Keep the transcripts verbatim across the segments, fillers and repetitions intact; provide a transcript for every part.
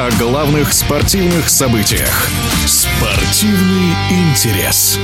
о главных спортивных событиях. Спортивный интерес.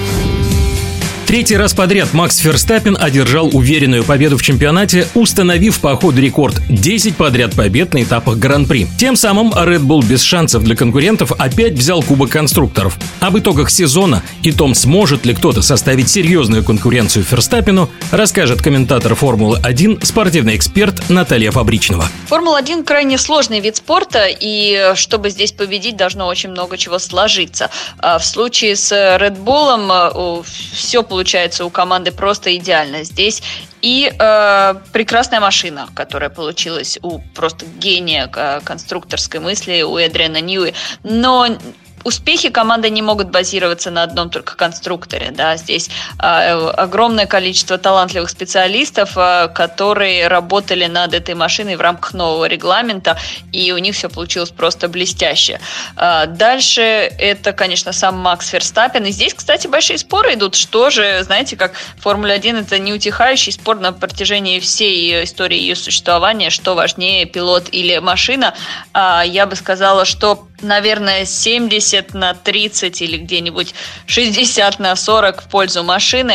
Третий раз подряд Макс Ферстаппен одержал уверенную победу в чемпионате, установив по ходу рекорд десять подряд побед на этапах Гран-при. Тем самым Red Bull без шансов для конкурентов опять взял Кубок конструкторов. Об итогах сезона и том, сможет ли кто-то составить серьезную конкуренцию Ферстаппену, расскажет комментатор Формулы один, спортивный эксперт Наталья Фабричного. Формула-один крайне сложный вид спорта, и чтобы здесь победить, должно очень много чего сложиться. В случае с Red Bull все получается у команды просто идеально. Здесь и э, прекрасная машина, которая получилась у просто гения э, конструкторской мысли, у Эдриана Ньюи. Но успехи команды не могут базироваться на одном только конструкторе. Да? Здесь э, огромное количество талантливых специалистов, э, которые работали над этой машиной в рамках нового регламента, и у них все получилось просто блестяще. Э, дальше это, конечно, сам Макс Ферстаппен. И здесь, кстати, большие споры идут. Что же, знаете, как Формула один — это неутихающий спор на протяжении всей истории ее существования, что важнее, пилот или машина. Э, я бы сказала, что, наверное, семьдесят на тридцать или где-нибудь шестьдесят на сорок в пользу машины,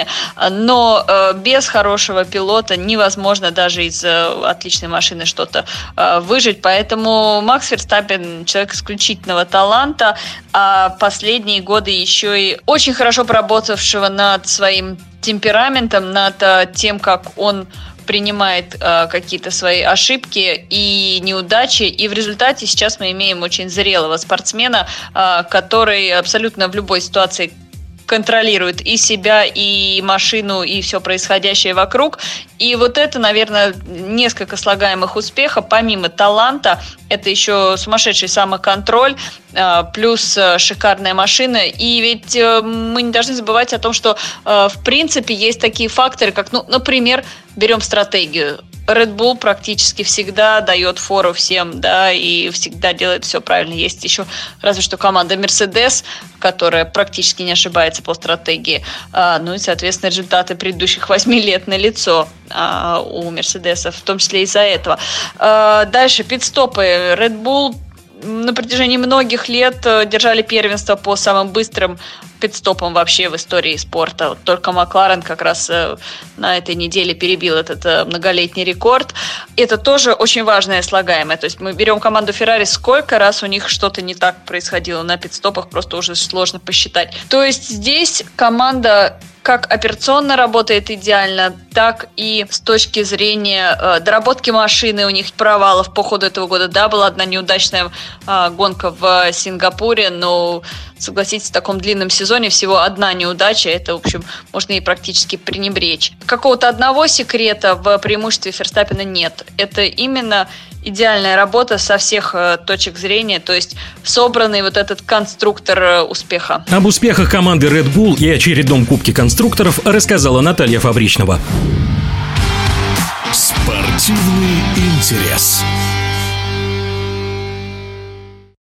но э, без хорошего пилота невозможно даже из э, отличной машины что-то э, выжить, поэтому Макс Ферстаппен человек исключительного таланта, а последние годы еще и очень хорошо поработавшего над своим темпераментом, над э, тем, как он принимает э, какие-то свои ошибки и неудачи, и в результате сейчас мы имеем очень зрелого спортсмена, э, который абсолютно в любой ситуации контролирует и себя, и машину, и все происходящее вокруг. И вот это, наверное, несколько слагаемых успехов. Помимо таланта, это еще сумасшедший самоконтроль, плюс шикарная машина. И ведь мы не должны забывать о том, что в принципе есть такие факторы, как, ну, например, берем стратегию. Red Bull практически всегда дает фору всем, да, и всегда делает все правильно. Есть еще разве что команда Mercedes, которая практически не ошибается по стратегии. А, ну и, соответственно, результаты предыдущих восьми лет налицо а, у Mercedes, в том числе из-за этого. А, дальше пит-стопы. Red Bull на протяжении многих лет держали первенство по самым быстрым пит-стопам вообще в истории спорта. Вот только Макларен как раз на этой неделе перебил этот многолетний рекорд. Это тоже очень важное слагаемое. То есть мы берем команду Ferrari, сколько раз у них что-то не так происходило на пит-стопах, просто уже сложно посчитать. То есть здесь команда как операционно работает идеально, так и с точки зрения э, доработки машины у них провалов по ходу этого года. Да, была одна неудачная э, гонка в Сингапуре, но, согласитесь, в таком длинном сезоне всего одна неудача, это, в общем, можно и практически пренебречь. Какого-то одного секрета в преимуществе Ферстаппена нет. Это именно идеальная работа со всех э, точек зрения, то есть собранный вот этот конструктор э, успеха. Об успехах команды Red Bull и очередном Кубке конструкторов рассказала Наталья Фабричного. Спортивный интерес.